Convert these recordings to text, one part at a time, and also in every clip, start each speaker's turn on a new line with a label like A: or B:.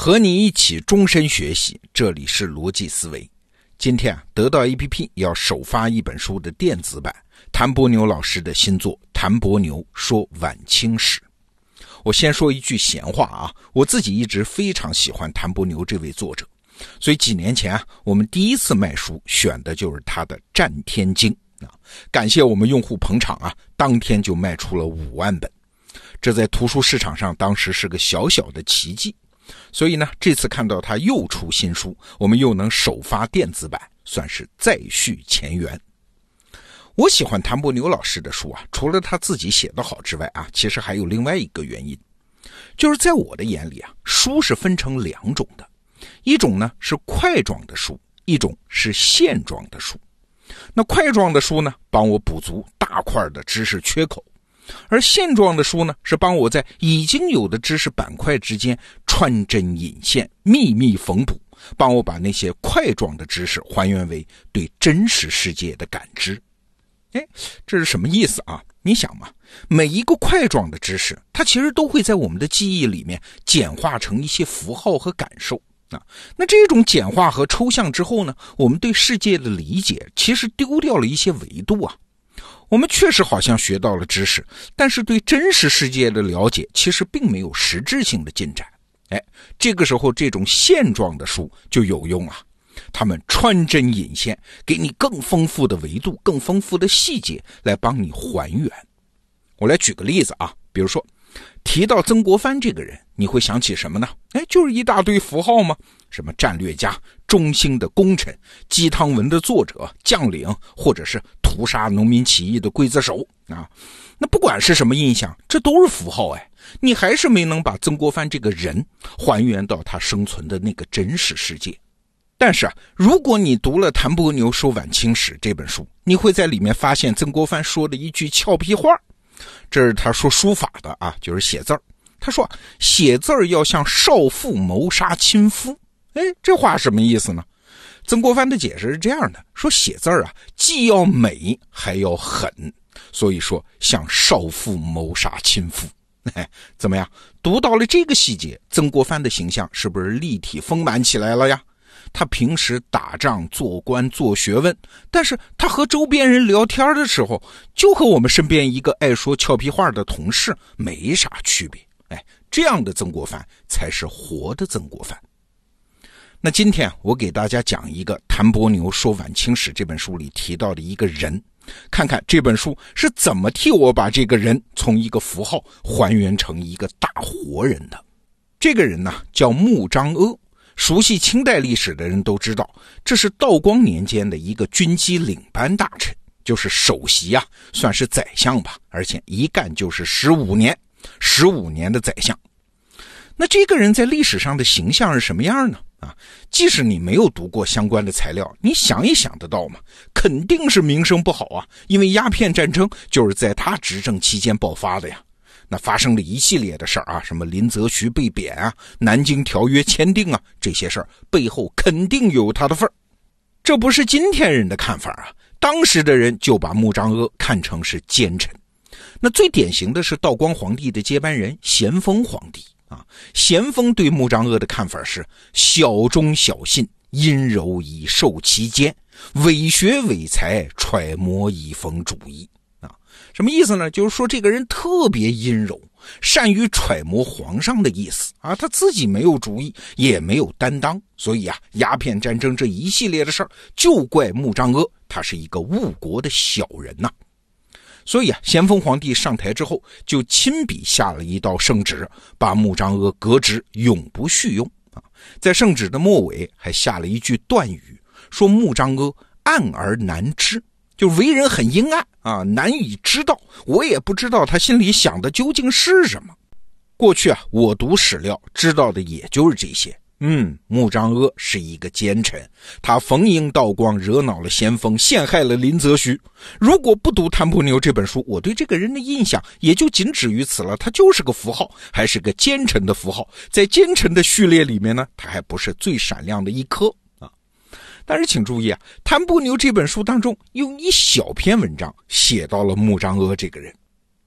A: 和你一起终身学习，这里是逻辑思维。今天得到 APP 要首发一本书的电子版，谭伯牛老师的新作《谭伯牛说晚清史》。我先说一句闲话啊，我自己一直非常喜欢谭伯牛这位作者，所以几年前我们第一次卖书选的就是他的《战天经》感谢我们用户捧场啊，当天就卖出了5万本，这在图书市场上当时是个小小的奇迹。所以呢，这次看到他又出新书，我们又能首发电子版，算是再续前缘。我喜欢谭伯牛老师的书啊，除了他自己写得好之外啊，其实还有另外一个原因，就是在我的眼里啊，书是分成2种的，一种呢是块状的书，一种是线状的书。那块状的书呢，帮我补足大块的知识缺口，而线状的书呢，是帮我在已经有的知识板块之间穿针引线，秘密缝补，帮我把那些块状的知识还原为对真实世界的感知。这是什么意思啊？你想嘛，每一个块状的知识，它其实都会在我们的记忆里面简化成一些符号和感受。那这种简化和抽象之后呢，我们对世界的理解其实丢掉了一些维度啊。我们确实好像学到了知识，但是对真实世界的了解其实并没有实质性的进展。这个时候这种线状的书就有用啊，他们穿针引线，给你更丰富的维度，更丰富的细节来帮你还原。我来举个例子啊，比如说提到曾国藩这个人，你会想起什么呢？就是一大堆符号吗？什么战略家、中兴的功臣、鸡汤文的作者、将领，或者是屠杀农民起义的刽子手啊？那不管是什么印象，这都是符号你还是没能把曾国藩这个人还原到他生存的那个真实世界。但是如果你读了《谭伯牛说晚清史》这本书，你会在里面发现曾国藩说的一句俏皮话，这是他说书法的啊，就是写字儿。他说写字儿要像少妇谋杀亲夫。这话什么意思呢？曾国藩的解释是这样的，说写字儿既要美还要狠，所以说像少妇谋杀亲夫。怎么样？读到了这个细节，曾国藩的形象是不是立体丰满起来了呀？他平时打仗做官做学问，但是他和周边人聊天的时候，就和我们身边一个爱说俏皮话的同事没啥区别。这样的曾国藩才是活的曾国藩。那今天我给大家讲一个《谭伯牛说晚清史》这本书里提到的一个人，看看这本书是怎么替我把这个人从一个符号还原成一个大活人的。这个人呢叫穆彰阿，熟悉清代历史的人都知道，这是道光年间的一个军机领班大臣，就是首席算是宰相吧，而且一干就是15年的宰相。那这个人在历史上的形象是什么样呢？即使你没有读过相关的材料，你想也想得到嘛，肯定是名声不好啊，因为鸦片战争就是在他执政期间爆发的呀。那发生了一系列的事儿什么林则徐被贬南京条约签订这些事儿背后肯定有他的份儿。这不是今天人的看法当时的人就把穆彰阿看成是奸臣。那最典型的是道光皇帝的接班人咸丰皇帝咸丰对穆彰阿的看法是小忠小信，阴柔以受其奸，伪学伪才，揣摩以逢主义什么意思呢？就是说这个人特别阴柔，善于揣摩皇上的意思他自己没有主意，也没有担当，所以鸦片战争这一系列的事儿就怪穆彰阿，他是一个误国的小人所以咸丰皇帝上台之后就亲笔下了一道圣旨，把穆彰阿革职，永不叙用在圣旨的末尾还下了一句断语，说穆彰阿暗而难知，就为人很阴暗难以知道，我也不知道他心里想的究竟是什么。过去我读史料知道的也就是这些。穆彰阿是一个奸臣，他逢迎道光，惹恼了咸丰，陷害了林则徐。如果不读《谭伯牛》这本书，我对这个人的印象也就仅止于此了，他就是个符号，还是个奸臣的符号，在奸臣的序列里面呢，他还不是最闪亮的一颗但是请注意谭伯牛这本书当中用一小篇文章写到了穆彰阿这个人。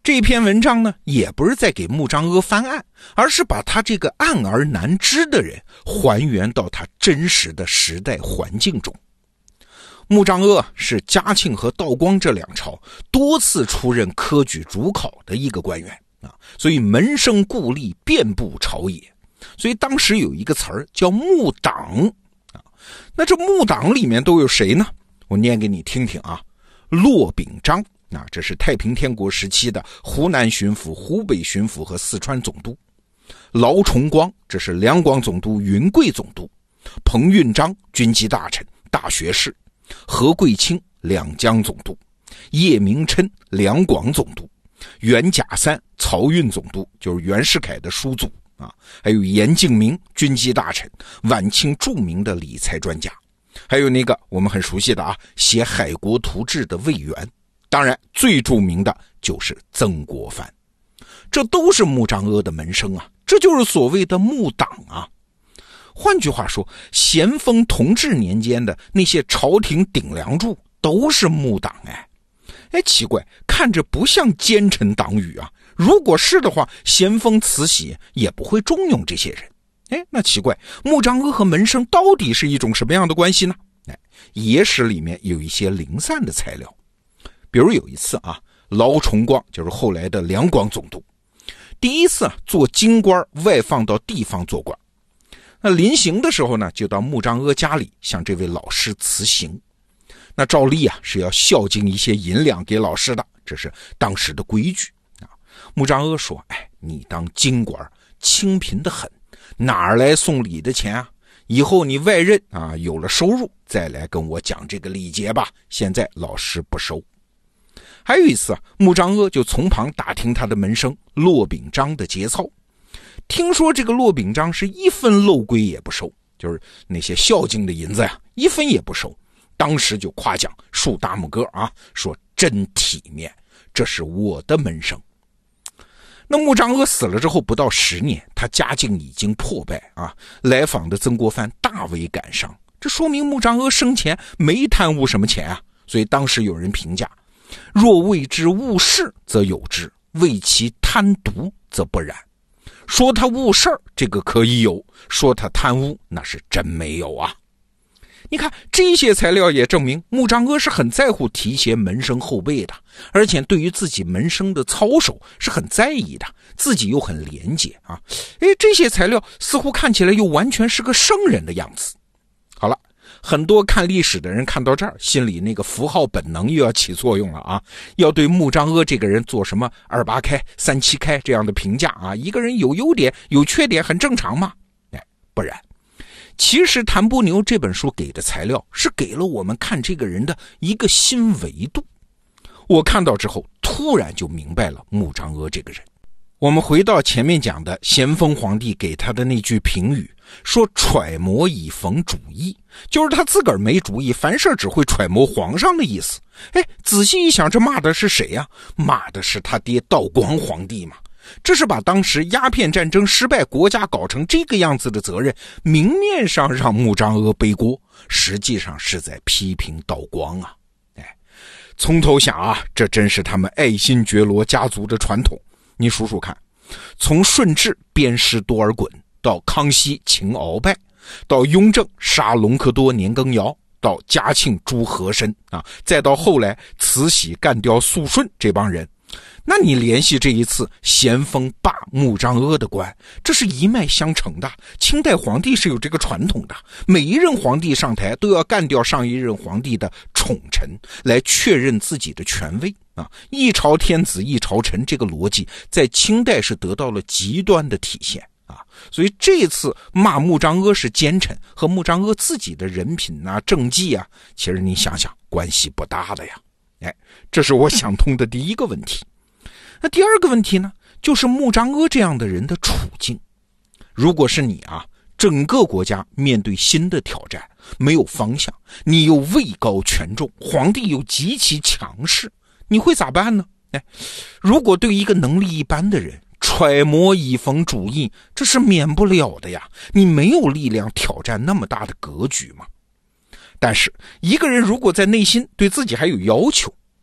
A: 这篇文章呢，也不是在给穆彰阿翻案，而是把他这个暗而难知的人还原到他真实的时代环境中。穆彰阿是嘉庆和道光这两朝多次出任科举主考的一个官员啊，所以门生故吏遍布朝野，所以当时有一个词儿叫穆党啊。那这穆党里面都有谁呢？我念给你听听啊。骆秉章啊，这是太平天国时期的湖南巡抚、湖北巡抚和四川总督。劳崇光，这是两广总督、云贵总督。彭运章，军机大臣、大学士。何贵清，两江总督。叶明琛，两广总督。袁甲三，漕运总督，就是袁世凯的叔祖啊。还有严敬明，军机大臣，晚清著名的理财专家。还有那个我们很熟悉的啊，写《海国图志》的魏源。当然最著名的就是曾国藩。这都是穆彰阿的门生啊，这就是所谓的穆党啊。换句话说，咸丰同治年间的那些朝廷顶梁柱都是穆党。奇怪，看着不像奸臣党羽啊。如果是的话，咸丰慈禧也不会重用这些人。那奇怪，穆彰阿和门生到底是一种什么样的关系呢？野史里面有一些零散的材料。比如有一次啊，劳崇光就是后来的两广总督，第一次做京官外放到地方做官。那临行的时候呢，就到穆彰阿家里向这位老师辞行。那照例啊是要孝敬一些银两给老师的，这是当时的规矩啊。穆彰阿说：“你当京官清贫得很，哪来送礼的钱啊？以后你外任啊有了收入再来跟我讲这个礼节吧，现在老师不收。”还有一次啊，穆彰阿就从旁打听他的门生骆秉章的节操。听说这个骆秉章是一分漏规也不收，就是那些孝敬的银子呀，一分也不收。当时就夸奖，竖大拇哥啊，说真体面，这是我的门生。那穆彰阿死了之后不到10年，他家境已经破败啊，来访的曾国藩大为感伤。这说明穆彰阿生前没贪污什么钱啊，所以当时有人评价：若谓之误事则有之，为其贪渎则不然。说他误事儿，这个可以有；说他贪污，那是真没有啊。你看这些材料也证明穆彰阿是很在乎提携门生后辈的，而且对于自己门生的操守是很在意的，自己又很廉洁啊。这些材料似乎看起来又完全是个圣人的样子。好了，很多看历史的人看到这儿，心里那个符号本能又要起作用了啊，要对穆彰阿这个人做什么28开、37开这样的评价啊。一个人有优点有缺点很正常嘛。不然，其实谭伯牛这本书给的材料是给了我们看这个人的一个新维度。我看到之后突然就明白了穆彰阿这个人。我们回到前面讲的咸丰皇帝给他的那句评语，说揣摩以逢主义，就是他自个儿没主意，凡事只会揣摩皇上的意思。仔细一想，这骂的是谁呀？骂的是他爹道光皇帝嘛。这是把当时鸦片战争失败，国家搞成这个样子的责任，明面上让穆彰阿背锅，实际上是在批评道光啊。从头想啊，这真是他们爱新觉罗家族的传统。你数数看，从顺治鞭尸多尔衮，到康熙擒鳌拜，到雍正杀隆科多年羹尧，到嘉庆诛和珅啊，再到后来慈禧干掉肃顺这帮人，那你联系这一次咸丰罢穆彰阿的官，这是一脉相承的。清代皇帝是有这个传统的，每一任皇帝上台都要干掉上一任皇帝的宠臣，来确认自己的权威啊。一朝天子一朝臣这个逻辑在清代是得到了极端的体现啊。所以这次骂穆彰阿是奸臣，和穆彰阿自己的人品啊政绩啊，其实你想想关系不大的呀。这是我想通的第一个问题。那第二个问题呢，就是穆彰阿这样的人的处境。如果是你啊，整个国家面对新的挑战，没有方向，你又位高权重，皇帝又极其强势，你会咋办呢？如果对一个能力一般的人揣摩以逢主义，这是免不了的呀，你没有力量挑战那么大的格局嘛。但是一个人如果在内心对自己还有要求，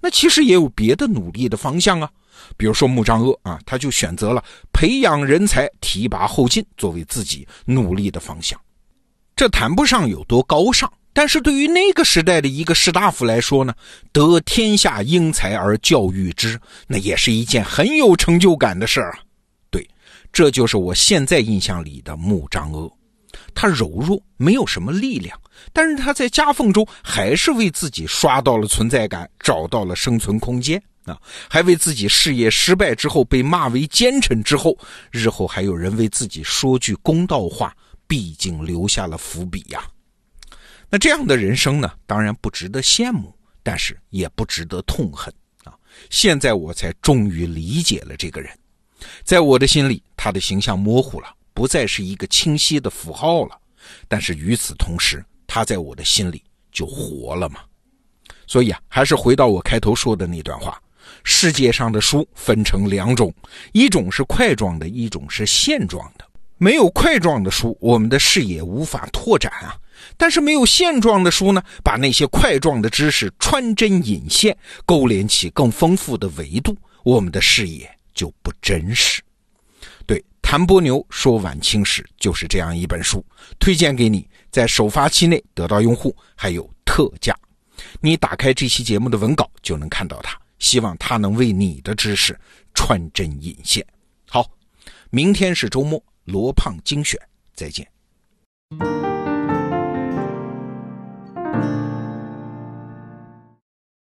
A: 那其实也有别的努力的方向啊。比如说穆彰阿啊，他就选择了培养人才、提拔后进作为自己努力的方向。这谈不上有多高尚，但是对于那个时代的一个士大夫来说呢，得天下英才而教育之，那也是一件很有成就感的事啊。对，这就是我现在印象里的穆彰阿。他柔弱，没有什么力量，但是他在夹缝中还是为自己刷到了存在感，找到了生存空间啊，还为自己事业失败之后被骂为奸臣之后，日后还有人为自己说句公道话，毕竟留下了伏笔呀。那这样的人生呢，当然不值得羡慕，但是也不值得痛恨啊。现在我才终于理解了这个人，在我的心里，他的形象模糊了，不再是一个清晰的符号了，但是与此同时，他在我的心里就活了嘛。所以啊，还是回到我开头说的那段话，世界上的书分成两种，一种是块状的，一种是线状的。没有块状的书，我们的视野无法拓展啊，但是没有线状的书呢，把那些块状的知识穿针引线，勾连起更丰富的维度，我们的视野就不真实。对，谭伯牛说晚清史就是这样一本书，推荐给你，在首发期内得到用户还有特价。你打开这期节目的文稿就能看到它，希望它能为你的知识穿针引线。好，明天是周末，罗胖精选，再见。